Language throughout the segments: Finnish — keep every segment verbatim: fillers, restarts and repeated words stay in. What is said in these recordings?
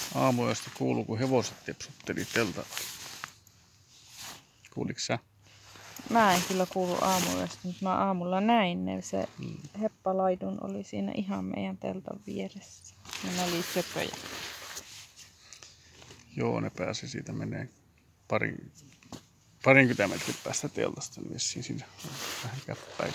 Aamuyöstä kuuluu, kun hevoset tepsutteli teltalla. Kuuliko sä? Mä en kyllä kuulu aamuyöstä, mutta mä aamulla näin ne. Se Hmm. heppalaidun oli siinä ihan meidän teltan vieressä. Ja ne oli söpöjä. Joo, ne pääsi siitä menee parin, parinkymmentä metrin päästä teltasta, niin vissiin siinä on vähän käppäin.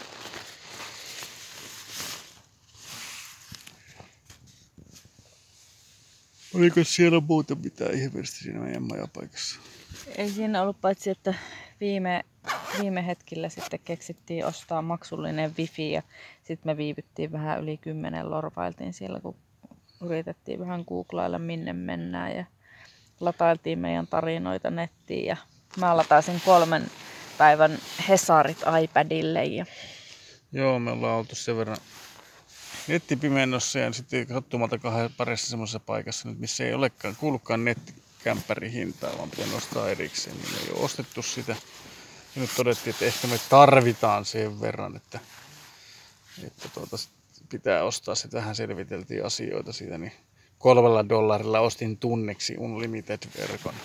Oliko siellä muuta mitään ihmeellistä siinä meidän majapaikassa? Ei siinä ollut paitsi, että viime, viime hetkellä sitten keksittiin ostaa maksullinen wifi ja sitten me viivyttiin vähän yli kymmenen lorvailtiin siellä, kun yritettiin vähän googlailla minne mennään ja latailtiin meidän tarinoita nettiin ja mä lataisin kolmen päivän Hesarit iPadille. Ja... Joo, me ollaan oltu sen verran nettipimennossa ja sitten katsomalta kahden parissa semmoisessa paikassa, missä ei olekaan kuulukaan nettikämppärin hintaa, vaan pitää nostaa erikseen, niin ei ole ostettu sitä. Ja nyt todettiin, että ehkä me tarvitaan sen verran, että, että tuota, pitää ostaa se. Tähän selviteltiin asioita siitä, niin kolmella dollarilla ostin tunneksi Unlimited-verkon.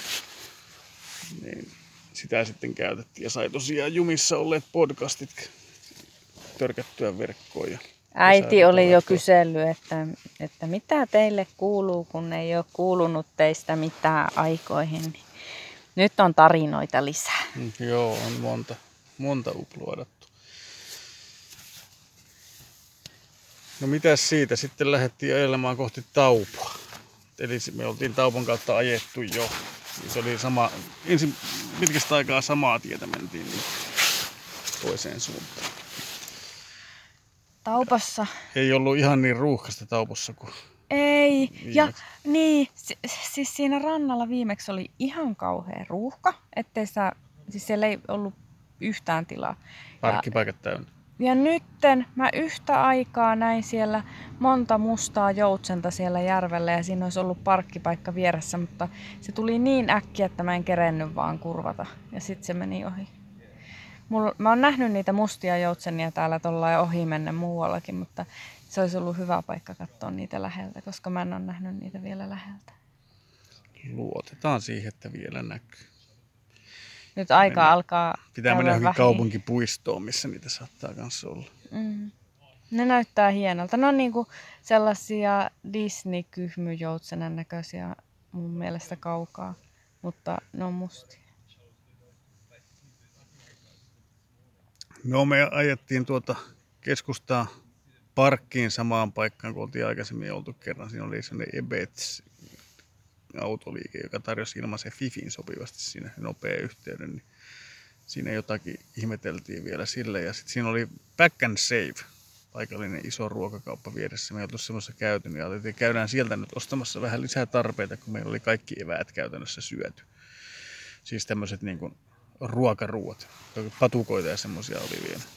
Niin sitä sitten käytettiin ja sai tosiaan jumissa olleet podcastit törkättyä verkkoon. Ja äiti oli jo kysellyt, että, että mitä teille kuuluu, kun ei ole kuulunut teistä mitään aikoihin. Nyt on tarinoita lisää. Mm, joo, on monta, monta uploadattu. No mitäs siitä? Sitten lähdettiin ajelemaan kohti Taupoa. Eli me oltiin Taupon kautta ajettu jo. Se oli sama, ensin pitkästä aikaa samaa tietä mentiin niin toiseen suuntaan. Taupassa. Ei ollut ihan niin ruuhkasta Taupossa kuin Ei, viimeksi. ja niin, siis siinä rannalla viimeksi oli ihan kauhea ruuhka, ettei sitä, siis siellä ei ollut yhtään tilaa. Parkkipaikat täynnä. Ja nytten mä yhtä aikaa näin siellä monta mustaa joutsenta siellä järvellä ja siinä olisi ollut parkkipaikka vieressä, mutta se tuli niin äkkiä, että mä en kerennyt vaan kurvata ja sitten se meni ohi. Mulla, mä oon nähnyt niitä mustia joutsenia täällä tollain ohi mennä muuallakin, mutta se olisi ollut hyvä paikka katsoa niitä läheltä, koska mä en ole nähnyt niitä vielä läheltä. Luotetaan siihen, että vielä näkyy. Nyt aika mennä, alkaa pitää mennä johonkin vähin. kaupunkipuistoon, missä niitä saattaa kanssa olla. Mm. Ne näyttää hienolta. Ne on niinku sellaisia Disney-kyhmyjoutsenen näköisiä mun mielestä kaukaa, mutta ne on mustia. No me ajettiin tuota keskustaa parkkiin samaan paikkaan, kun oltiin aikaisemmin oltu kerran. Siinä oli sellainen Ebets autoliike, joka tarjosi ilmaisen Fifin sopivasti siinä nopea yhteyden. Niin siinä jotakin ihmeteltiin vielä sille. Ja sitten siinä oli Pack and Save, paikallinen iso ruokakauppa vieressä. Me ei oltu semmoisessa käyty, niin ajateltiin, että käydään sieltä nyt ostamassa vähän lisää tarpeita, kun meillä oli kaikki eväät käytännössä syöty. Siis tämmöiset niin kuin ruokaruot, patukoita ja semmoisia oli vielä.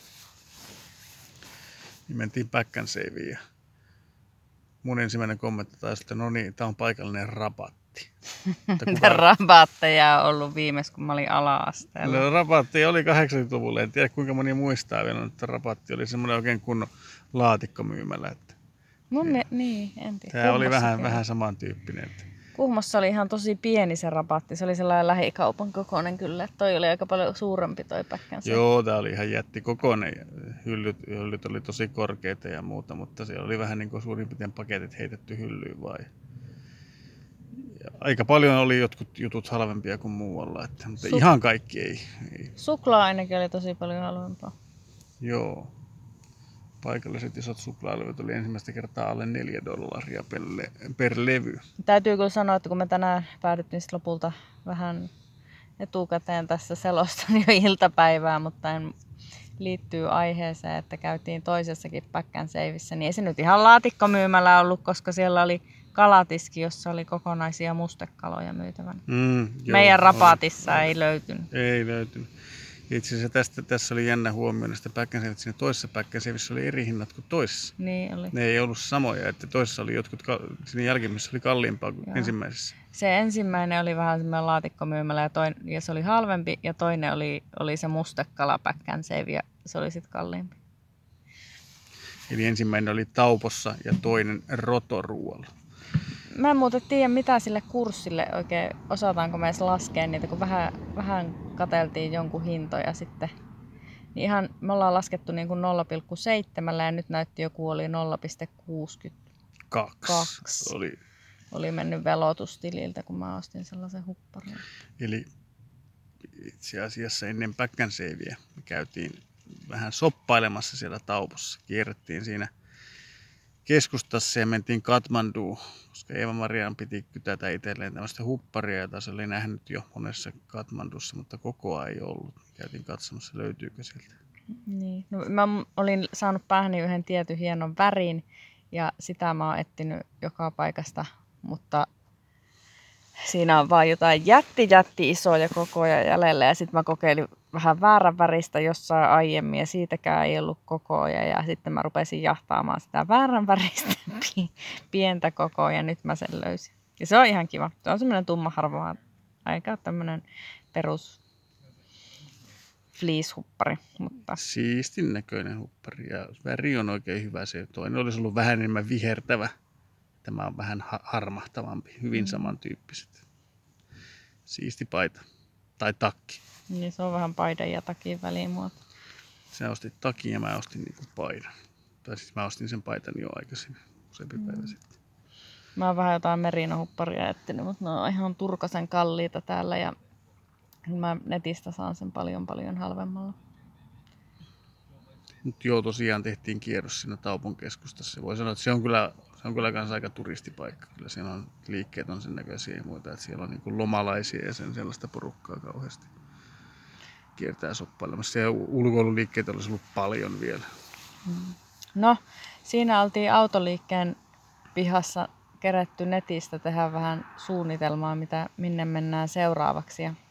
Niin mentiin Pack and Saveen ja mun ensimmäinen kommentti taisi, että no niin, tää on paikallinen rabatti. Kuka... Rabatteja on ollut viimeis, kun mä olin ala-asteella. No, rabatti oli kahdeksankymmentäluvulla, en tiedä kuinka moni muistaa vielä, että rabatti oli semmoinen oikein kunnon laatikkomyymälä. Että mun me... niin, en tiedä. Tämä oli vähän, vähän samantyyppinen. Että Kuhmossa oli ihan tosi pieni se rabatti. Se oli sellainen lähikaupan kokoinen kyllä. Toi oli aika paljon suurempi toi päkkänsä. Joo, tää oli ihan jättikokoinen. Hyllyt, hyllyt oli tosi korkeita ja muuta, mutta siellä oli vähän niin kuin suurin piirtein paketit heitetty hyllyyn vaan. Ja aika paljon oli jotkut jutut halvempia kuin muualla, että, mutta Suk- ihan kaikki ei, ei. Suklaa ainakin oli tosi paljon halvempaa. Joo. Paikalliset isot suklaalevyt oli ensimmäistä kertaa alle neljä dollaria per, le- per levy. Täytyy kyllä sanoa, että kun me tänään päädyttiin sit lopulta vähän etukäteen tässä selostan jo iltapäivää, mutta en liittyy aiheeseen, että käytiin toisessakin Pack and Saveissä, niin ei se nyt ihan laatikkomyymälä ollut, koska siellä oli kalatiski, jossa oli kokonaisia mustekaloja myytävänä. Mm, joo, Meidän rapaatissa oli. ei löytynyt. Ei löytynyt. Itse asiassa tästä, tässä oli jännä huomio näistä Pack and Saveissä. Siinä toisessa Pack and Saveissä oli eri hinnat kuin toisessa. Niin oli. Ne ei ollut samoja, että toisessa oli jotkut, siinä jälkimmäisessä oli kalliimpaa kuin Joo. ensimmäisessä. Se ensimmäinen oli vähän semmoinen laatikkomyymälä ja, toinen, ja se oli halvempi ja toinen oli, oli se mustekala Pack and Save ja se oli sitten kalliimpi. Eli ensimmäinen oli Taupossa ja toinen Rotoruolla. mä en muuten tiedä mitä sille kurssille oikein, osataanko me edes laskea niitä, kun vähän, vähän katseltiin jonkun hintoja sitten. Niin ihan, me ollaan laskettu niin kuin nolla pilkku seitsemän ja nyt näytti joku oli nolla pilkku kuusikymmentäkaksi. Kaksi. Oli. Oli mennyt velotustililtä, kun mä ostin sellaisen hupparin. Eli itse asiassa ennen back and savea me käytiin vähän soppailemassa siellä Taupossa. Kierrettiin siinä keskustassa ja mentiin Katmanduun, koska Eeva-Marian piti kytätä itselleen tämmöistä hupparia, jota se oli nähnyt jo monessa Katmandussa, mutta kokoa ei ollut. Käytiin katsomassa, löytyykö sieltä. Niin. No, mä olin saanut päähäni yhden tietyn hienon värin ja sitä mä oon etsinyt joka paikasta, mutta siinä on vaan jotain jätti jätti isoja kokoja jäljellä ja sitten mä kokeilin vähän väärän väristä jossain aiemmin ja siitäkään ei ollut kokoja ja sitten mä rupesin jahtaamaan sitä väärän väristä pientä kokoa ja nyt mä sen löysin. Ja se on ihan kiva. Se on semmoinen tumma harvaa, aika tämmöinen perus fleece-huppari. Mutta... Siistin näköinen huppari ja väri on oikein hyvä. Se toinen olisi ollut vähän enemmän vihertävä. Tämä on vähän ha- harmahtavampi, hyvin mm. samantyyppiset. Siisti paita. Tai takki. Niin se on vähän paidan ja takin välimuoto. Sä ostit takin ja mä ostin niinku paidan. Tai siis mä ostin sen paitan jo aikaisemmin, useampi mm. päivä sitten. Mä oon vähän jotain merinohupparia etsinyt, mutta ne on ihan turkasen kalliita täällä ja mä netistä saan sen paljon paljon halvemmalla. Mutta joo, tosiaan tehtiin kierros siinä Taupon keskustassa. Voi sanoa, että se on kyllä, se on kyllä kans aika turistipaikka. Kyllä siellä on liikkeet on sen näköisiä ja muuta, että siellä on niinku lomalaisia ja sen sellaista porukkaa kauheasti kiertää soppailemassa. Ja ulkoiluliikkeitä olisi ollut paljon vielä. No, siinä oltiin autoliikkeen pihassa kerätty netistä tehdä vähän suunnitelmaa, mitä, minne mennään seuraavaksi. Ja,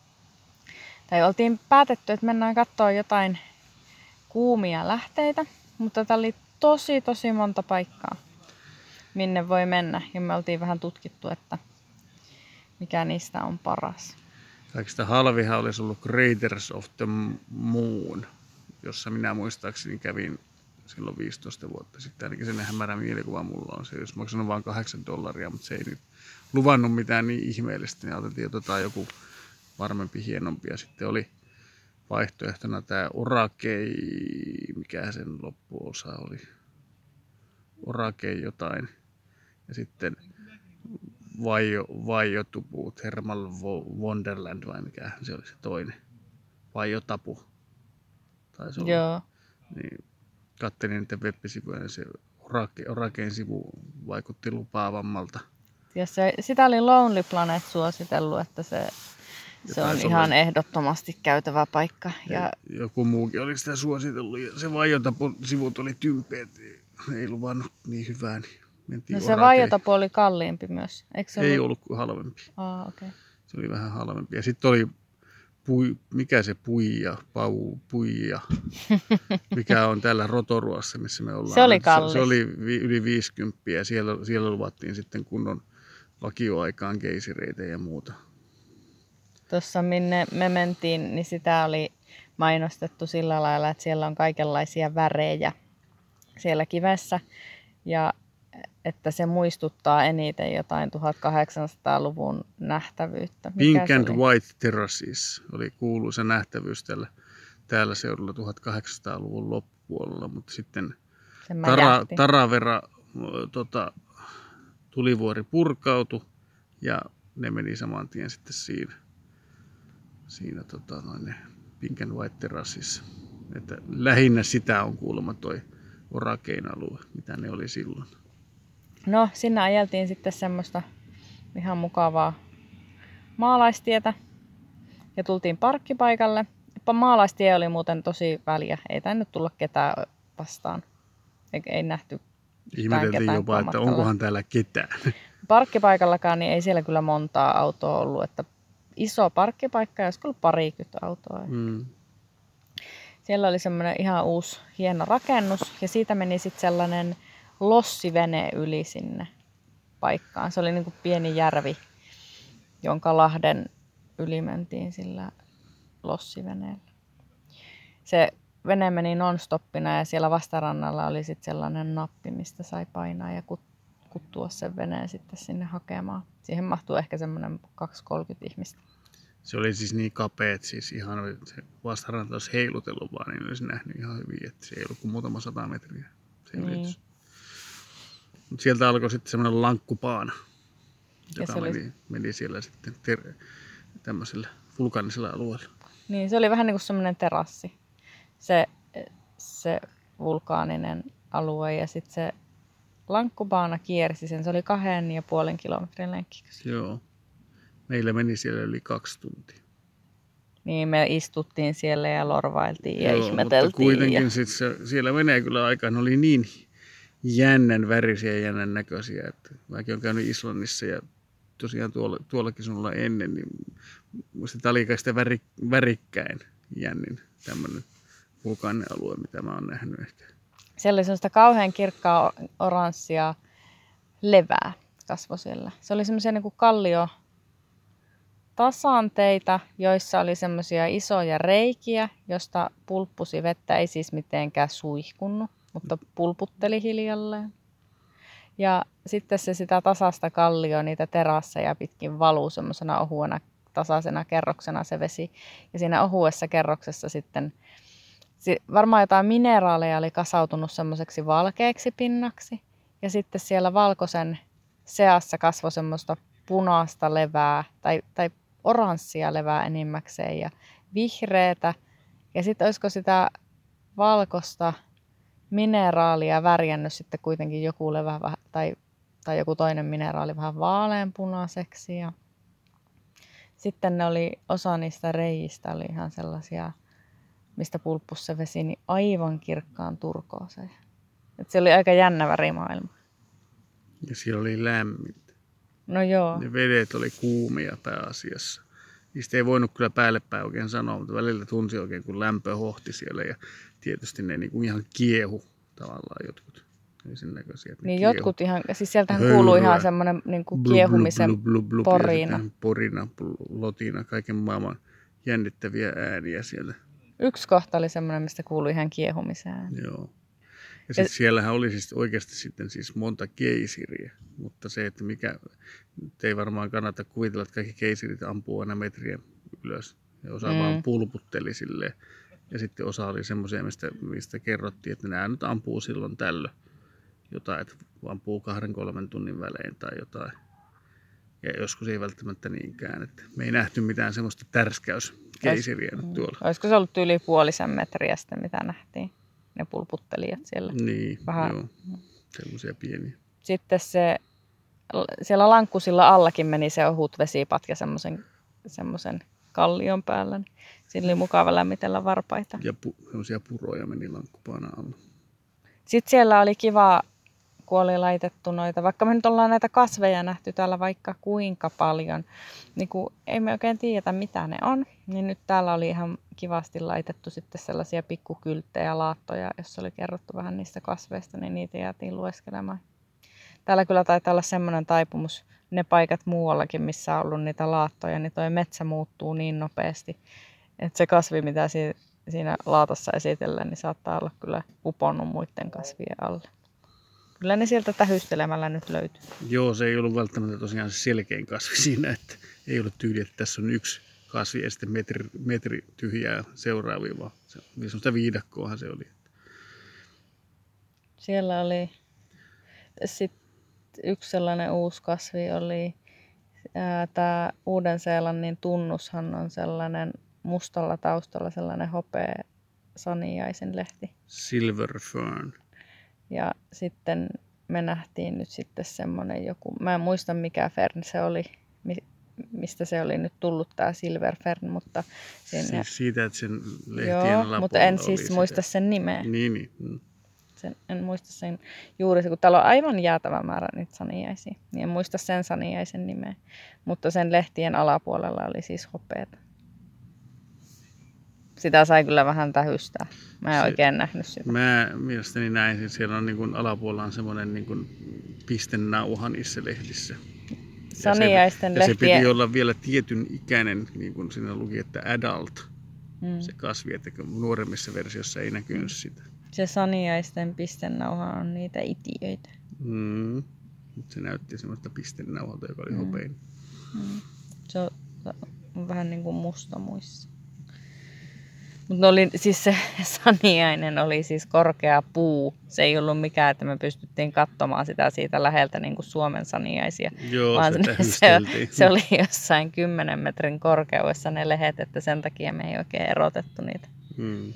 tai oltiin päätetty, että mennään katsoa jotain kuumia lähteitä, mutta tää oli tosi tosi monta paikkaa, minne voi mennä. Ja me oltiin vähän tutkittu, että mikä niistä on paras. Kaikista halvihan olisi ollut Craters of the Moon, jossa minä muistaakseni kävin silloin viisitoista vuotta sitten. Ainakin sen hämärä mielikuva mulla on se, jos maksanut vain kahdeksan dollaria, mutta se ei nyt luvannut mitään niin ihmeellistä. Niin otettiin jotain joku varmempi, hienompi. Ja sitten oli vaihtoehtona tämä Orakei, mikä sen loppuosa oli. Orakei jotain. Ja sitten Vaijo, Vaijotupu, Thermal Wonderland vai mikä se oli se toinen. Vaijotapu. Taisi olla. Joo. Niin, katselin niitä web-sivuja ja se Orake, Orakein sivu vaikutti lupaavammalta. Ja se, sitä oli Lonely Planet suositellut, että se, se on ihan olla ehdottomasti käytävä paikka. Ja ja joku muukin oli sitä suositellut ja se Vaijotapu-sivut oli tympeät, ei luvannut niin hyvää. Niin no se Vaijotapu oli kalliimpi myös, eikö se ei ollut? ollut halvempi. Aa, okay. Se oli vähän halvempi. Ja sitten oli, pui, mikä se puija, pau, puija, mikä on täällä Rotoruassa, missä me ollaan. Se oli kallis. Se, se oli vi, yli viisikymmentä ja siellä, siellä luvattiin sitten kunnon vakioaikaan keisireitä ja muuta. Tuossa minne me mentiin, niin sitä oli mainostettu sillä lailla, että siellä on kaikenlaisia värejä siellä kivessä. Ja että se muistuttaa eniten jotain tuhatkahdeksansataaluvun nähtävyyttä. Mikä Pink and White Terraces oli kuuluisa nähtävyys täällä, täällä seudulla tuhatkahdeksansataaluvun loppupuolella, mutta sitten Tara, Taravera tota, tulivuori purkautui ja ne meni saman tien sitten siinä, siinä tota, noin ne Pink and White Terraces. Että lähinnä sitä on kuulemma toi Orakein alue, mitä ne oli silloin. No, sinne ajeltiin sitten semmoista ihan mukavaa maalaistietä ja tultiin parkkipaikalle. Maalaistie oli muuten tosi väliä, ei tainnut tulla ketään vastaan, ei, ei nähty ihmeteltiin jopa, että onkohan täällä ketään. Parkkipaikallakaan niin ei siellä kyllä montaa autoa ollut, että iso parkkipaikka ja olisiko ollut parikymmentä autoa. Mm. Siellä oli semmoinen ihan uusi hieno rakennus ja siitä meni sitten sellainen lossivene yli sinne paikkaan. Se oli niin kuin pieni järvi, jonka lahden yli mentiin sillä lossiveneellä. Se vene meni non-stoppina ja siellä vastarannalla oli sitten sellainen nappi, mistä sai painaa ja laskuttua sen veneen sitten sinne hakemaan. Siihen mahtuu ehkä semmoinen kaksikymmentä kolmekymmentä ihmistä. Se oli siis niin kapea, että siis ihan se vastaranta olisi heilutellut vaan, niin olisi nähnyt ihan hyvin, että se ei ollut kuin muutama sata metriä se Niin. ylitys. Mut sieltä alkoi sitten semmoinen lankkupaana, joka se oli- meni, meni siellä sitten ter- tämmöisellä vulkaanisella alueella. Niin, se oli vähän niin kuin semmoinen terassi. Se, se vulkaaninen alue ja sitten se lankkubaana kiersi sen. Se oli kahden ja puolen kilometrin lenkki. Joo. Meillä meni siellä yli kaksi tuntia. Niin, me istuttiin siellä ja lorvailtiin ja Joo, ihmeteltiin. mutta kuitenkin ja... sit se, siellä menee kyllä aikaan. Ne oli niin jännän värisiä ja jännän näköisiä. Että mäkin olen käynyt Islannissa ja tosiaan tuolla, tuollakin sulla ennen, niin musta tämä oli kaikista väri, värikkäin jännin tämmöinen vulkaaninen alue, mitä mä oon nähnyt ehkä. Siellä oli semmoista kauhean kirkkaa oranssia levää kasvoi siellä. Se oli semmoisia niin kuin kallio tasanteita, joissa oli semmoisia isoja reikiä, josta pulppusi vettä, ei siis mitenkään suihkunnut, mutta pulputteli hiljalleen. Ja sitten se sitä tasasta kallioa, niitä terasseja pitkin valuu semmoisena ohuena tasaisena kerroksena se vesi. Ja siinä ohuessa kerroksessa sitten varmaan jotain mineraaleja oli kasautunut semmoiseksi valkeaksi pinnaksi. Ja sitten siellä valkoisen seassa kasvoi semmoista punaista levää tai, tai oranssia levää enimmäkseen ja vihreätä. Ja sitten olisiko sitä valkoista mineraalia värjännyt sitten kuitenkin joku levä vähän, tai, tai joku toinen mineraali vähän vaaleanpunaiseksi. Ja sitten ne oli, osa niistä reiistä oli ihan sellaisia, mistä pulppus se vesi, niin aivan kirkkaan turkooseen. Et se oli aika jännä värimaailma. Ja siellä oli lämmintä. No joo. Ne vedet oli kuumia pääasiassa. Niistä ei voinut kyllä päälle päin oikein sanoa, mutta välillä tunsi oikein, kun lämpö hohti siellä. Ja tietysti ne niin kuin ihan kiehu tavallaan jotkut. Ei sen näköisiä, että ne Niin kiehu. jotkut ihan, siis sieltähän Höyryä. kuului ihan semmoinen niin kuin Blub, kiehumisen blub, blub, blub, porina. Ja sitten porina, lotina, kaiken maailman jännittäviä ääniä siellä. Yksi kohta oli semmoinen, mistä kuului ihan kiehumiseen. Joo. Ja sitten siellähän oli siis oikeasti sitten siis monta keisiriä, mutta se, että mikä, ei varmaan kannata kuvitella, että kaikki keisirit ampuu aina metriä ylös. Ja osa mm. vaan pulputteli silleen. Ja sitten osa oli semmoisia, mistä, mistä kerrottiin, että nämä nyt ampuu silloin tällöin. Jotain, että ampuu kahden kolmen tunnin välein tai jotain. Ja joskus ei välttämättä niinkään. Että me ei nähty mitään semmoista tärskäyskeisiriä Olis, nyt tuolla. Olisiko se ollut yli puolisen metriä sitten, mitä nähtiin? Ne pulputtelijat siellä. Niin, vähän. Joo. Semmoisia pieniä. Sitten se, siellä lankkusilla allakin meni se ohut vesipatka semmoisen, semmoisen kallion päällä. Niin siinä oli mukava lämmitellä varpaita. Ja pu, semmoisia puroja meni lankkupaana alla. Sitten siellä oli kiva, kun oli laitettu noita, vaikka me nyt ollaan näitä kasveja nähty täällä vaikka kuinka paljon, niin kun ei me oikein tiedetä mitä ne on, niin nyt täällä oli ihan kivasti laitettu sitten sellaisia pikkukylttejä, laattoja, jossa oli kerrottu vähän niistä kasveista, niin niitä jäätiin lueskelemaan. Täällä kyllä taitaa olla semmoinen taipumus, ne paikat muuallakin, missä on ollut niitä laattoja, niin toi metsä muuttuu niin nopeasti, että se kasvi, mitä siinä laatossa esitellään, niin saattaa olla kyllä uponnut muiden kasvien alle. Kyllä ne sieltä tähystelemällä nyt löytyy. Joo, se ei ollut välttämättä tosiaan se selkein kasvi siinä, että ei ollut tyyli, että tässä on yksi kasvi ja sitten metri, metri tyhjää seuraavia, vaan se, semmoista viidakkoahan se oli. Siellä oli sitten yksi sellainen uusi kasvi, oli tämä Uuden-Seelannin tunnushan on sellainen mustalla taustalla sellainen hopea saniaisen lehti. Silver fern. Ja sitten me nähtiin nyt sitten semmoinen joku, mä en muista mikä fern se oli, mistä se oli nyt tullut tämä silver fern, mutta siinä, siis siitä, että sen lehtien joo, alapuolella mutta en oli siis muista sitä. sen nimeä. Niin, niin. Mm. Sen, en muista sen juuri, kun täällä on aivan jäätävä määrä niitä saniaisia, niin en muista sen saniaisen nimeä, mutta sen lehtien alapuolella oli siis hopeata. Sitä sai kyllä vähän tähystää. Mä en Se, oikein nähnyt sitä. Mä mielestäni näin, että siellä on niin kuin alapuolella on semmoinen niin kuin pistennauha niissä lehtissä. Saniaisten ja se, lehtien... ja se piti olla vielä tietyn ikäinen, niin kuin siinä luki, että adult, mm. se kasvi, että nuoremmissa versioissa ei näkynyt sitä. Se saniaisten pistennauha on niitä itiöitä. Mm. Mutta se näytti semmoista pistenauhalta, joka oli Mm. hopeinen. Mm. Se on, se on vähän niin kuin musta muissa. Mutta oli siis se saniainen oli siis korkea puu. Se ei ollut mikään, että me pystyttiin katsomaan sitä siitä läheltä niin kuin Suomen saniaisia. Joo, vaan se se, se, tähysteltiin. se oli jossain kymmenen metrin korkeudessa ne lehet, että sen takia me ei oikein erotettu niitä. Mm.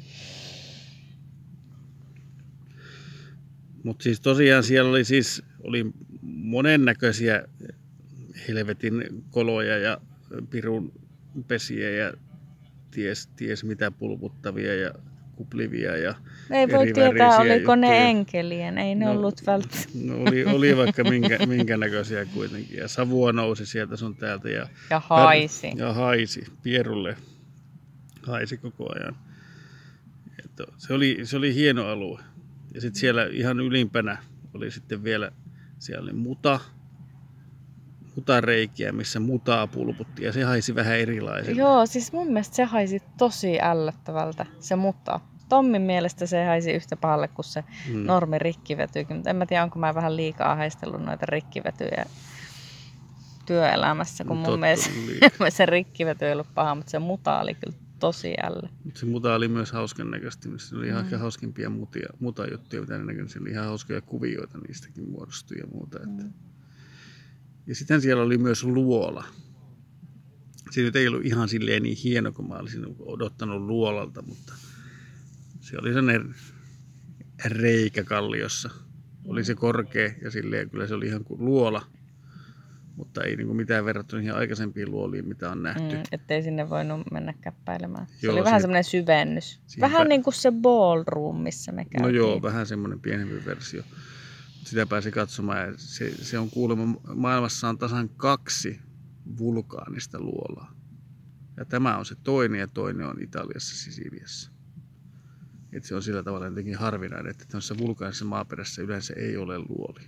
Mutta siis tosiaan siellä oli siis oli monennäköisiä helvetin koloja ja pirun pesiä ja ties, ties mitä pulputtavia ja kuplivia ja Ei voi eri tietää, värisiä oliko ne juttuja. enkelien. Ei ne No, ollut välttämättä. No oli, oli vaikka minkä, minkä näköisiä kuitenkin. Ja savua nousi sieltä sun täältä. Ja, Ja haisi. Ja haisi. Pierulle haisi koko ajan. Että se, oli, se oli hieno alue. Ja sitten siellä ihan ylimpänä oli sitten vielä, siellä oli muta, mutareikiä, missä mutaa pulputti. Ja se haisi vähän erilaiselta. Joo, siis mun mielestä se haisi tosi ällöttävältä, se muta. Tommin mielestä se haisi yhtä pahalle kuin se Hmm. normi rikkivetyykin, mutta en mä tiedä, onko mä vähän liikaa haistellut noita rikkivetyjä työelämässä, kun No, mun totta, mielestä liikaa. se rikkivety ei ollut paha, mutta se muta oli kyllä tosi ällö. Mut se muta oli myös hauskan näköistä. Se oli ihan Mm. ehkä hauskimpia mutia, mutajuttuja, mitä ne näkyy. Siellä oli ihan hauskoja kuvioita niistäkin muodostui ja muuta. Että. Mm. Ja sitten siellä oli myös luola. Se nyt ei ollut ihan silleen niin hieno kuin mä olisin odottanut luolalta, mutta se oli sellainen reikä kalliossa. Oli se korkea ja silleen kyllä se oli ihan kuin luola, mutta ei niinku mitään verrattuna niihin aikaisempiin luoliin, mitä on nähty. Mm, ettei sinne voinut mennä käppäilemään. Se Joo, oli vähän siihen- semmoinen syvennys. siihen Vähän pä- niin kuin se ballroom, missä me käytiin. No joo, vähän semmoinen pienempi versio. Sitä pääsi katsomaan ja se, se on kuulemma, maailmassa on tasan kaksi vulkaanista luolaa. Ja tämä on se toinen ja toinen on Italiassa Sisiliassa. Et se on sillä tavalla jotenkin harvinainen, että tuossa vulkaanisessa maaperässä yleensä ei ole luoli.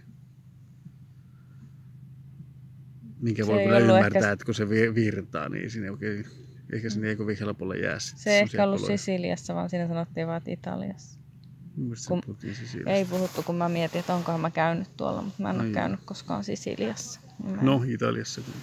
Minkä Se voi ei kyllä ollut ymmärtää, ehkä- että kun se vi- virtaa, niin sinne oikein, ehkä sinne ei kovin helpolla jää. sit Se ei ehkä semmosia ollut koloja. Sisiliassa, vaan siinä sanottiin vaan, että Italiassa. Mun mielestä kun- se puhuttiin Sisiliasta. Ei puhuttu, kun mä mietin, että onkohan mä käynyt tuolla, mutta mä en Ai ole joo. käynyt koskaan Sisiliassa. Niin mä en- No, Italiassa kyllä.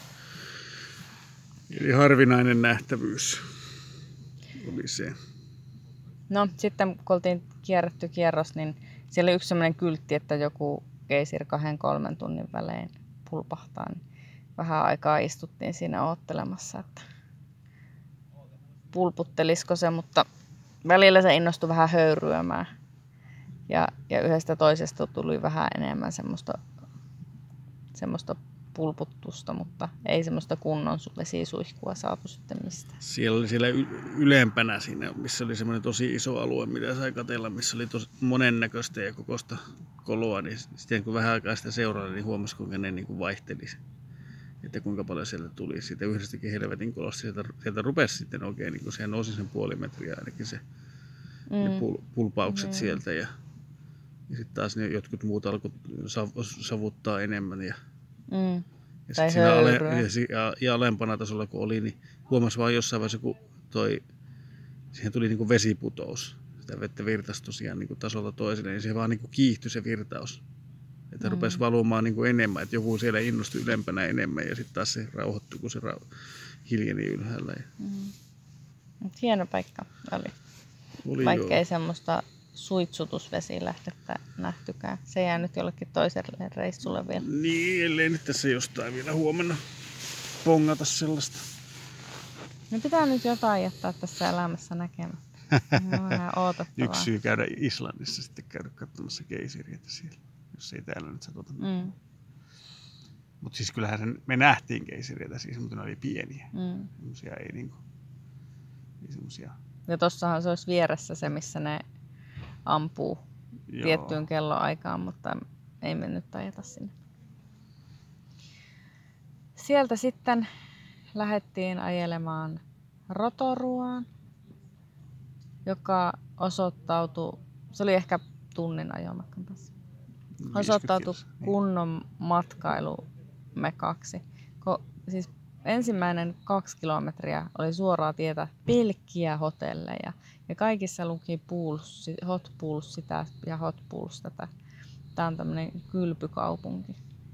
Eli harvinainen nähtävyys oli se. No, sitten kun oltiin kierretty kierros, niin siellä oli yksi sellainen kyltti, että joku keisir kahden kolmen tunnin välein pulpahtaa. Niin vähän aikaa istuttiin siinä oottelemassa, että pulputtelisiko se, mutta välillä se innostui vähän höyryämään. Ja, ja yhdestä toisesta tuli vähän enemmän semmoista, semmoista pulputtusta, mutta ei semmoista kunnon vesisuihkua saatu sitten mistään. Siellä oli siellä y- ylempänä siinä, missä oli semmoinen tosi iso alue, mitä sai katsella, missä oli tosi monennäköistä ja kokoista koloa, niin sitten kun vähän aikaa sitä seuraili, niin huomasi, kuinka ne niin kuin vaihteli. Että kuinka paljon sieltä tuli. Siitä yhdestäkin helvetin kolosta sieltä, sieltä rupesi sitten oikein, niin kuin siellä nousi sen puoli metriä ainakin se, mm. ne pul, pulpaukset Mm. sieltä. Ja, ja sitten taas ne jotkut muut alkoi sav- savuttaa enemmän. Ja, Mm. ja, Tai sit siinä ale, höyryä. ja, si- ja, ja alempana tasolla kun oli, niin huomasi vaan jossain vaiheessa, kun toi, siihen tuli niin kuin vesiputous. Sitä vettä virtasi tosiaan niin kuin tasolta toiselle, niin se vaan niin kuin kiihtyi se virtaus. Että Mm. rupesi valumaan niin kuin enemmän, että joku siellä innostui ylempänä enemmän ja sitten taas se rauhoittui, kun se rau- hiljeni ylhäällä. Ja Mm. Mut hieno paikka oli. oli Vaikka joo. ei semmoista suitsutusvesilähdettä nähtykään. Se jää nyt jollekin toiselle reissulle vielä. Niin, ellei nyt tässä jostain vielä huomenna pongata sellaista. Ne pitää nyt jotain jättää tässä elämässä näkemättä. On vähän odotettavaa. Yksi syy käydä Islannissa sitten käydä katsomassa keisiriä siellä, jos ei täällä nyt satuta. Mm. Mm, Mutta siis kyllähän sen, me nähtiin keisiriä siis, mutta ne oli pieniä. mm. Semmosia ei niinku, ei semmosia, Ja tossahan se olisi vieressä se, missä ne ampuu joo. tiettyyn kelloaikaan, mutta ei me nyt tajeta sinne. Sieltä sitten lähdettiin ajelemaan Rotoruaan, joka osoittautui, se oli ehkä tunnin ajomatkan päässä, osoittautui viisikymmentä kilsaa, kunnon matkailumekaksi. Ko, siis ensimmäinen kaksi kilometriä oli suoraa tietä, pelkkiä hotelleja ja kaikissa luki pools, hot pools sitä ja hot pools tätä. Tämä on tämmöinen kylpykaupunki.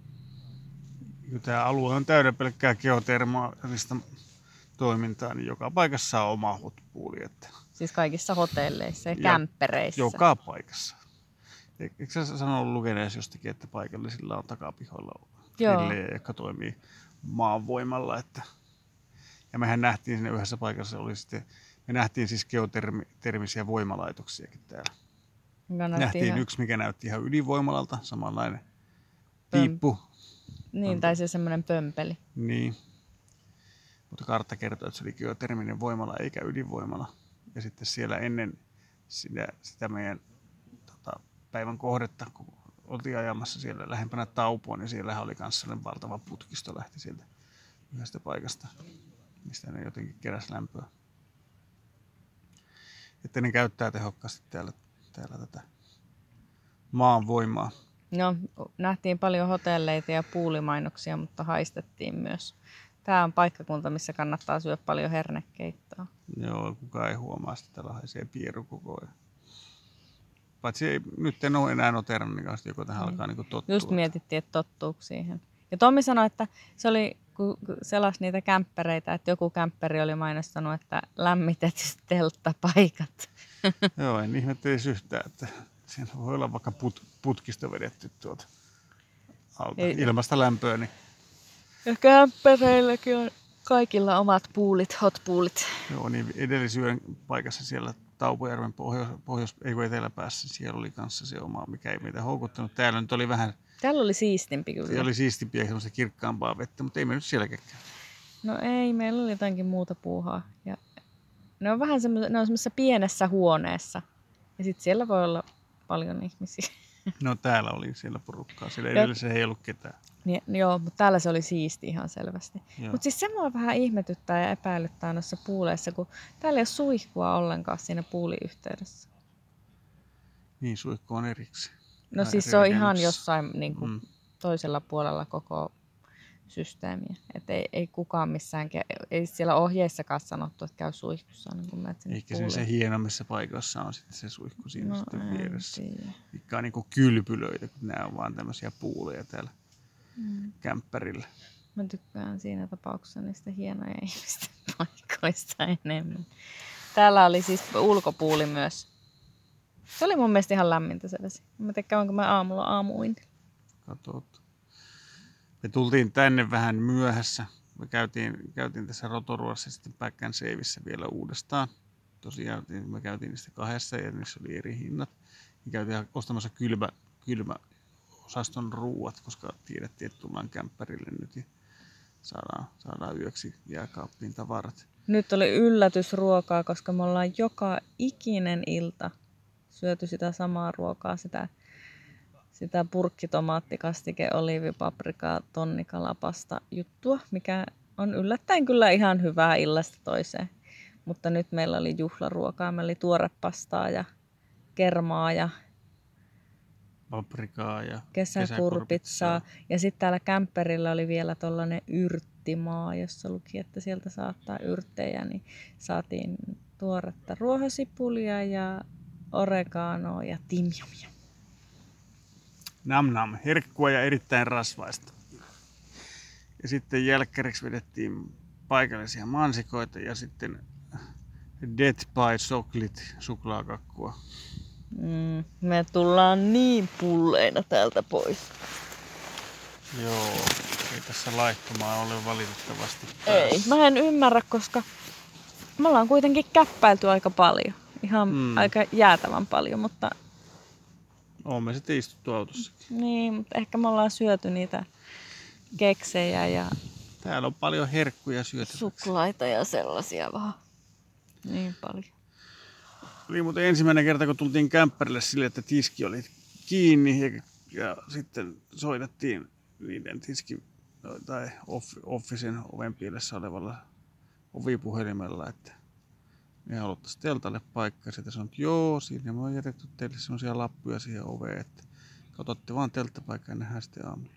Tämä alue on täynnä pelkkää geotermaalista toimintaa, niin joka paikassa on oma hotpooli. Että Siis kaikissa hotelleissa ja, ja kämppereissä. joka paikassa. Eikö sä sanonut lukeneesi jostakin, että paikallisilla on takapihoilla grillejä, jotka toimii maanvoimalla. Että... Ja mehän nähtiin siinä yhdessä paikassa, oli sitten, me nähtiin siis geotermisiä voimalaitoksiakin täällä. Nähtiin ihan... yksi, mikä näytti ihan ydinvoimalalta, samanlainen piippu. Niin, tai se semmoinen pömpeli. Niin. Mutta kartta kertoo, että se oli geoterminen voimala eikä ydinvoimala. Ja sitten siellä ennen sitä, sitä meidän tota, päivän kohdetta, kun oltiin ajamassa siellä lähempänä Taupoa, niin siellä oli myös sellainen valtava putkisto lähti sieltä yhdestä paikasta, mistä ne jotenkin keräsi lämpöä. Että ne käyttää tehokkaasti täällä, täällä tätä maan voimaa. No, nähtiin paljon hotelleita ja puulimainoksia, mutta haistettiin myös. Tämä on paikkakunta, missä kannattaa syödä paljon hernekeittoa. Joo, kukaan ei huomaa, että täällä haisee pieru koko ajan. Paitsi ei, nyt en ole enää Noterannin kanssa, joko tähän mm. alkaa niin tottua. Just mietittiin, että tottuuko siihen. Ja Tommi sanoi, että se oli, kun selasi niitä kämppäreitä, että joku kämpperi oli mainostanut, että lämmitetyt telttapaikat. Joo, en ihmettelisi yhtään, että siinä voi olla vaikka put, putkista vedetty tuolta alta. Ei. Ilmasta lämpöä. Niin... Ja kämppäreilläkin on kaikilla omat puulit, hotpuulit. Joo, niin edellisyön paikassa siellä Taupojärven pohjois, pohjois ei kun eteläpäässä, siellä oli kanssa se oma, mikä ei meitä houkuttanut. Täällä nyt oli vähän... Täällä oli siistimpi kyllä. Siellä oli siistimpiä ja semmoista kirkkaampaa vettä, mutta ei me nyt sielläkään. No ei, meillä oli jotakin muuta puuhaa. Ja ne on vähän semmoisessa, ne on semmoisessa pienessä huoneessa. Ja sitten siellä voi olla paljon ihmisiä. No täällä oli siellä porukkaa, siellä edellisessä ei ollut ketään. Niin, joo, mutta täällä se oli siisti ihan selvästi. Mutta siis se mua vähän ihmetyttää ja epäilyttää noissa puuleissa, kun täällä ei ole suihkua ollenkaan siinä puuliyhteydessä. Niin, suihku on erikseen. No tai siis se on ihan jossain niin kuin, mm. toisella puolella koko systeemiä. Että ei, ei kukaan missään, ei siellä ohjeissakaan sanottu, että käy suihkussa. Niin kun menet sinne Eikä puuliin. Se hienommissa paikoissa on sitten se suihku siinä no, sitten vieressä. Tiedä. Mikä on niin kuin kylpylöitä, kun nämä on vaan tämmöisiä puuleja täällä mm. kämppärillä. Mä tykkään siinä tapauksessa niistä hienoja ihmisten paikoista enemmän. Täällä oli siis ulkopuuli myös. Se oli mun mielestä ihan lämmintä se vesi. Mä tiedän, kävinkö mä aamulla aamuinti. Katot. Me tultiin tänne vähän myöhässä. Me käytiin, käytiin tässä Rotoruassa sitten Back and Saveissa vielä uudestaan. Tosiaan me käytiin niistä kahdessa ja niissä oli eri hinnat. Me käytiin ostamassa kylmä, kylmä osaston ruuat, koska tiedettiin, että tullaan kämppärille nyt ja saadaan, saadaan yöksi jääkaappiin tavarat. Nyt oli yllätysruokaa, koska me ollaan joka ikinen ilta syöty sitä samaa ruokaa, sitä, sitä purkkitomaatikastike, oliivipaprikaa, tonnikalapasta juttua, mikä on yllättäen kyllä ihan hyvää illasta toiseen. Mutta nyt meillä oli juhlaruokaa, meillä oli tuorepastaa ja kermaa ja paprikaa ja kesäkurpitsaa. Ja sitten täällä kämppärillä oli vielä tollainen yrttimaa, jossa luki, että sieltä saattaa yrttejä, niin saatiin tuoretta ruohosipulia ja oreganoa ja timjamia. Nam nam, herkkua ja erittäin rasvaista. Ja sitten jälkkäriksi vedettiin paikallisia mansikoita ja sitten Dead by Chocolate suklaakakkua. Mm, me tullaan niin pulleina täältä pois. Joo, ei tässä laittomaa ole valitettavasti päässä. Ei, mä en ymmärrä, koska me ollaan kuitenkin käppäilty aika paljon. Ihan mm. aika jäätävän paljon, mutta... Olemme sitten istuttu autossa. Niin, mutta ehkä me ollaan syöty niitä keksejä ja... Täällä on paljon herkkuja syötäväksi. Suklaita ja sellaisia vaan. Niin paljon. Oli muuten ensimmäinen kerta, kun tultiin kämppärille sille, että tiski oli kiinni ja, ja sitten soitettiin niiden tiski tai off, officen oven pielessä olevalla ovipuhelimella, että me haluttaisiin teltalle paikkaa. Sitten sanoin, että joo, siinä me on jätetty teille sellaisia lappuja siihen oveen, että katsotte vaan telttapaikkaa ja nähdään sitten aamulla.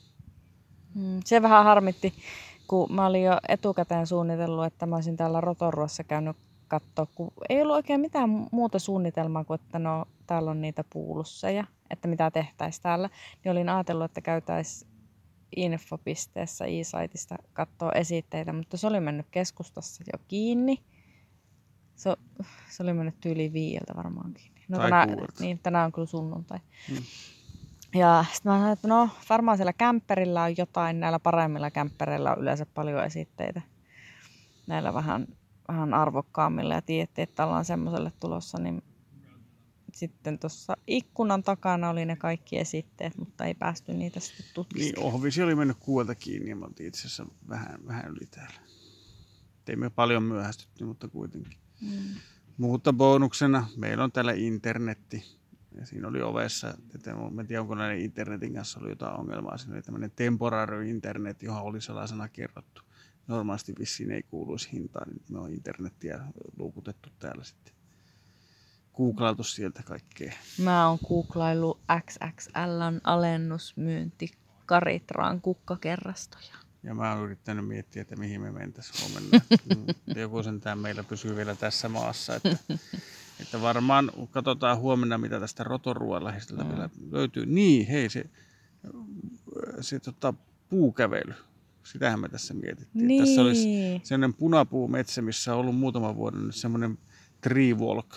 Mm, se vähän harmitti, kun mä olin jo etukäteen suunnitellut, että mä olisin täällä Rotoruassa käynyt katsoa, kun ei ollut oikein mitään muuta suunnitelmaa kuin, että no, täällä on niitä puulusseja, että mitä tehtäisiin täällä. Niin olin ajatellut, että käytäisiin infopisteessä e-saitista katsoa esitteitä, mutta se oli mennyt keskustassa jo kiinni. Se, se oli mennyt tyyliin viieltä varmaan kiinni. No, Tai tänään, kuudelta. niin, tänään on kyllä sunnuntai. Hmm. Ja sitten mä sanoin, että no varmaan siellä kämpperillä on jotain, näillä paremmilla kämppereillä on yleensä paljon esitteitä. Näillä vähän, vähän arvokkaammilla ja tiedettiin, että ollaan semmoiselle tulossa, niin sitten tuossa ikkunan takana oli ne kaikki esitteet, mutta ei päästy niitä sitten Niin, tutkiskelemaan. Ohvisi oli mennyt kuuelta kiinni ja me oltiin itse asiassa vähän, vähän yli täällä. Teimme paljon myöhästytty, mutta kuitenkin. Mm. Mutta bonuksena meillä on täällä internetti. Ja siinä oli ovessa, että en tiedä onko näiden internetin kanssa oli jotain ongelmaa. Siinä oli tämmöinen temporary internet, johon oli sellaisena kerrottu. Normaalisti vissiin ei kuuluisi hintaan, niin me on internettiä luukutettu täällä sitten. Googlailtu sieltä kaikkea. Mä oon googlaillut X X L:n alennusmyynti Karitraan kukkakerrastoja. Ja mä oon yrittänyt miettiä, että mihin me mentäisiin huomenna. Joku sentään meillä pysyy vielä tässä maassa. Että, että varmaan katsotaan huomenna, mitä tästä Rotoruoan lähistöltä Mm. vielä löytyy. Niin, hei, se, se tota, puukävely. Sitähän me tässä mietittiin. Niin. Tässä olisi sellainen punapuumetsä, missä on ollut muutama vuoden nyt semmoinen tree walk,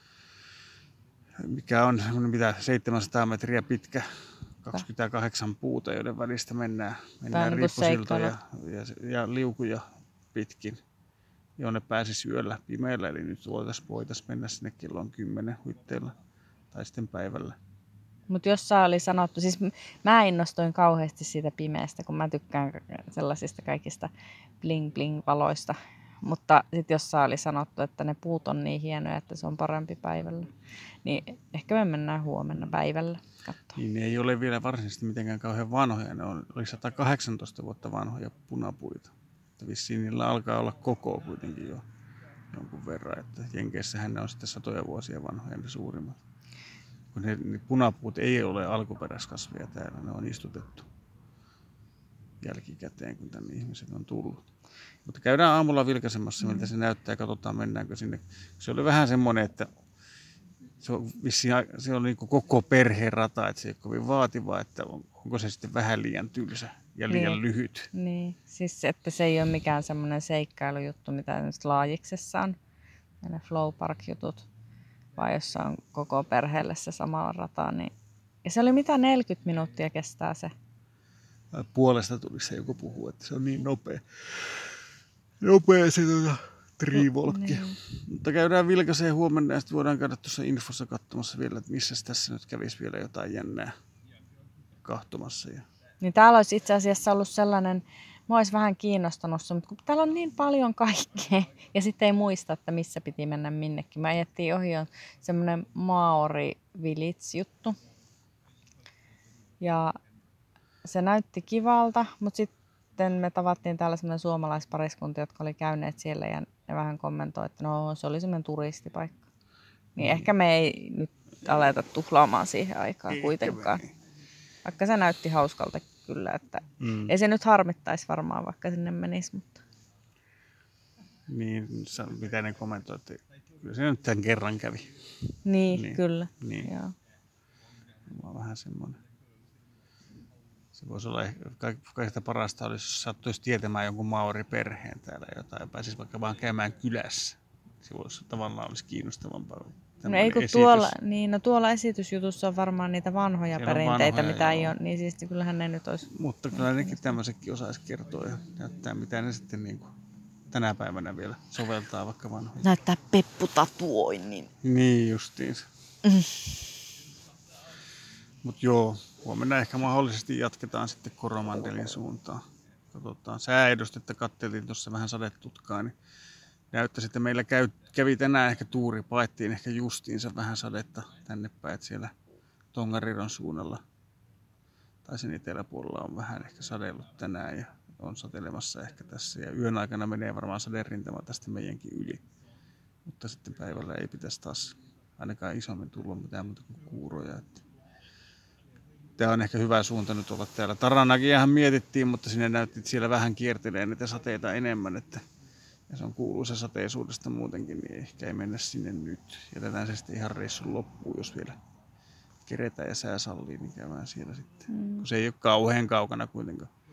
mikä on semmoinen mitä seitsemänsataa metriä pitkä, kaksikymmentäkahdeksan puuta, joiden välistä mennään, mennään niin kuin riippusiltoja ja, ja liukuja pitkin, jonne pääsisi yöllä pimeällä. Eli nyt voitaisiin voitais mennä sinne kellon kymmenen huitteilla tai sitten päivällä. Mutta jossain oli sanottu, siis mä innostuin kauheasti siitä pimeästä, kun mä tykkään sellaisista kaikista bling bling valoista. Mutta sitten jossain oli sanottu, että ne puut on niin hienoja, että se on parempi päivällä. Niin ehkä me mennään huomenna päivällä katsomaan. Niin ne ei ole vielä varsinaisesti mitenkään kauhean vanhoja. Ne on, oli sata kahdeksantoista vuotta vanhoja punapuita. Että vissiin niillä alkaa olla koko kuitenkin jo jonkun verran. Että Jenkeissähän ne on sitten satoja vuosia vanhoja ne suurimmat. Kun ne, ne punapuut ei ole alkuperäiskasveja täällä, ne on istutettu jälkikäteen, kun tänne ihmiset on tullut. Mutta käydään aamulla vilkaisemassa, miltä se näyttää ja katsotaan, mennäänkö sinne. Se oli vähän semmoinen, että se on, vissiin, se on niin kuin koko perheen rata, että se ei ole kovin vaativaa, että on, onko se sitten vähän liian tylsä ja liian Niin. lyhyt. Niin, siis että se ei ole mikään semmoinen seikkailujuttu, mitä nyt Laajiksessa on, ne Flow Park-jutut, vaan jossa on koko perheelle se samalla rata. Niin... Ja se oli mitä neljäkymmentä minuuttia kestää se. Puolesta tulisi se joku puhua, että se on niin nopea. Nopea se tuota trivolkki. Niin. Mutta käydään vilkaiseen huomenna ja sitten voidaan käydä tuossa infossa katsomassa vielä, että missä tässä nyt kävisi vielä jotain jännää kahtomassa. Ja... Niin täällä olisi itse asiassa ollut sellainen, mua olisi vähän kiinnostanut se, mutta kun täällä on niin paljon kaikkea ja sitten ei muista, että missä piti mennä minnekin. Mä ajettiin ohi on semmoinen Maori Village-juttu. Ja se näytti kivalta, mutta sitten me tavattiin täällä semmoinen suomalaispariskunta, jotka oli käyneet siellä ja ne vähän kommentoi, että no se oli semmoinen turistipaikka. Niin mm. ehkä me ei nyt aleta tuhlaamaan siihen aikaan ehkä kuitenkaan. Me. Vaikka se näytti hauskalta kyllä, että mm. ei se nyt harmittaisi varmaan, vaikka sinne menisi. Mutta... Niin, mitä ne kommentoi, että kyllä se nyt tämän kerran kävi. Niin, niin. kyllä. Niin. Joo. Mulla on vähän semmoinen. Se voisi olla kaikista parasta olisi, jos sattuisi tietämään jonkun maoriperheen täällä jotain ja pääsisi vaikka vaan käymään kylässä. Se voisi tavallaan olisi kiinnostavampaa. No ei kun tuolla, niin, no tuolla esitysjutussa on varmaan niitä vanhoja Siellä perinteitä, vanhoja, mitä joo. ei ole, niin siis kyllähän ne nyt olisi... Mutta kyllä nekin tämmöisetkin osaisi kertoa ja näyttää, mitä ne sitten niin kuin tänä päivänä vielä soveltaa vaikka vanhoja. Näyttää pepputatuoinnin. Niin justiinsa. Mm. Mutta joo, huomenna ehkä mahdollisesti jatketaan sitten Koromandelin suuntaan. Katsotaan sääedustetta, katteltiin tuossa vähän sadetutkaa, niin näyttäisi, että meillä käy, kävi tänään ehkä tuuri, paettiin ehkä justiinsa vähän sadetta tänne päin, että siellä Tongariron suunnalla tai sen eteläpuolella on vähän ehkä sadellut tänään ja on satelemassa ehkä tässä. Ja yön aikana menee varmaan saderintama tästä meidänkin yli, mutta sitten päivällä ei pitäisi taas ainakaan isommin tulla mitään muuta kuin kuuroja. Että tämä on ehkä hyvä suunta nyt olla täällä. Taranakiahan mietittiin, mutta sinne näytti, että siellä vähän kiertelee niitä sateita enemmän. Että ja se on kuuluisa sateisuudesta muutenkin, niin ehkä ei mennä sinne nyt. Jätetään se sitten ihan reissun loppuun, jos vielä keretään ja sää sallii, niin käydään siellä sitten. Mm. Kun se ei ole kauhean kaukana kuitenkaan.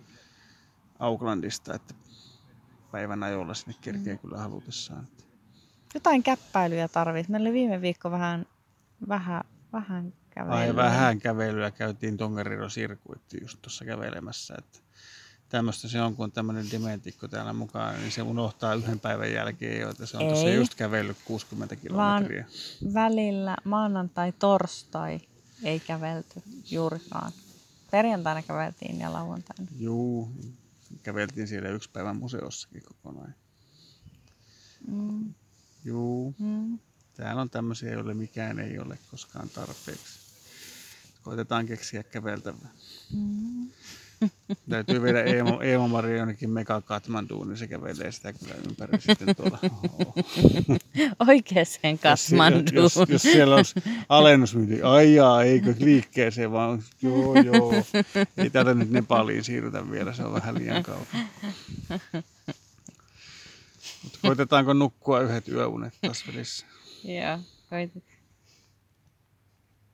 Aucklandista, että päivän ajolla sinne kerkee kyllä halutessaan. Jotain käppäilyjä tarvitsisi. Meillä oli viime viikko vähän, vähän, vähän kävelyä. Ai vähän kävelyä. Käytiin Tongariro sirkuitti just tuossa kävelemässä. Että tämmöistä se on, kun on tämmöinen dementikko täällä mukana, niin se unohtaa yhden päivän jälkeen jo, että se on Ei. tuossa just kävellyt kuusikymmentä kilometriä. Vaan välillä maanantai, torstai ei kävelty juurikaan. Perjantaina käveltiin ja lauantaina. Juu, käveltiin siellä yksi päivän museossakin kokonaan. Mm. Juu, Mm. täällä on tämmöisiä, joille mikään ei ole koskaan tarpeeksi. Koitetaan keksiä käveltävää. Mm. Täytyy viedä Eemo, Eemo Maria jonnekin Mega Kathmanduun, niin se kävelee sitä kyllä ympäri sitten tuolla. Oh. Oikeeseen Kathmanduun. Jos, jos, jos siellä olisi alennusmyynti, ai jaa, eikö liikkeeseen, vaan joo joo. Ei täältä nyt Nepaliin siirrytä vielä, se on vähän liian kauan. Mutta koitetaanko nukkua yhdet yöunet taas välissä? Joo, koitetaan.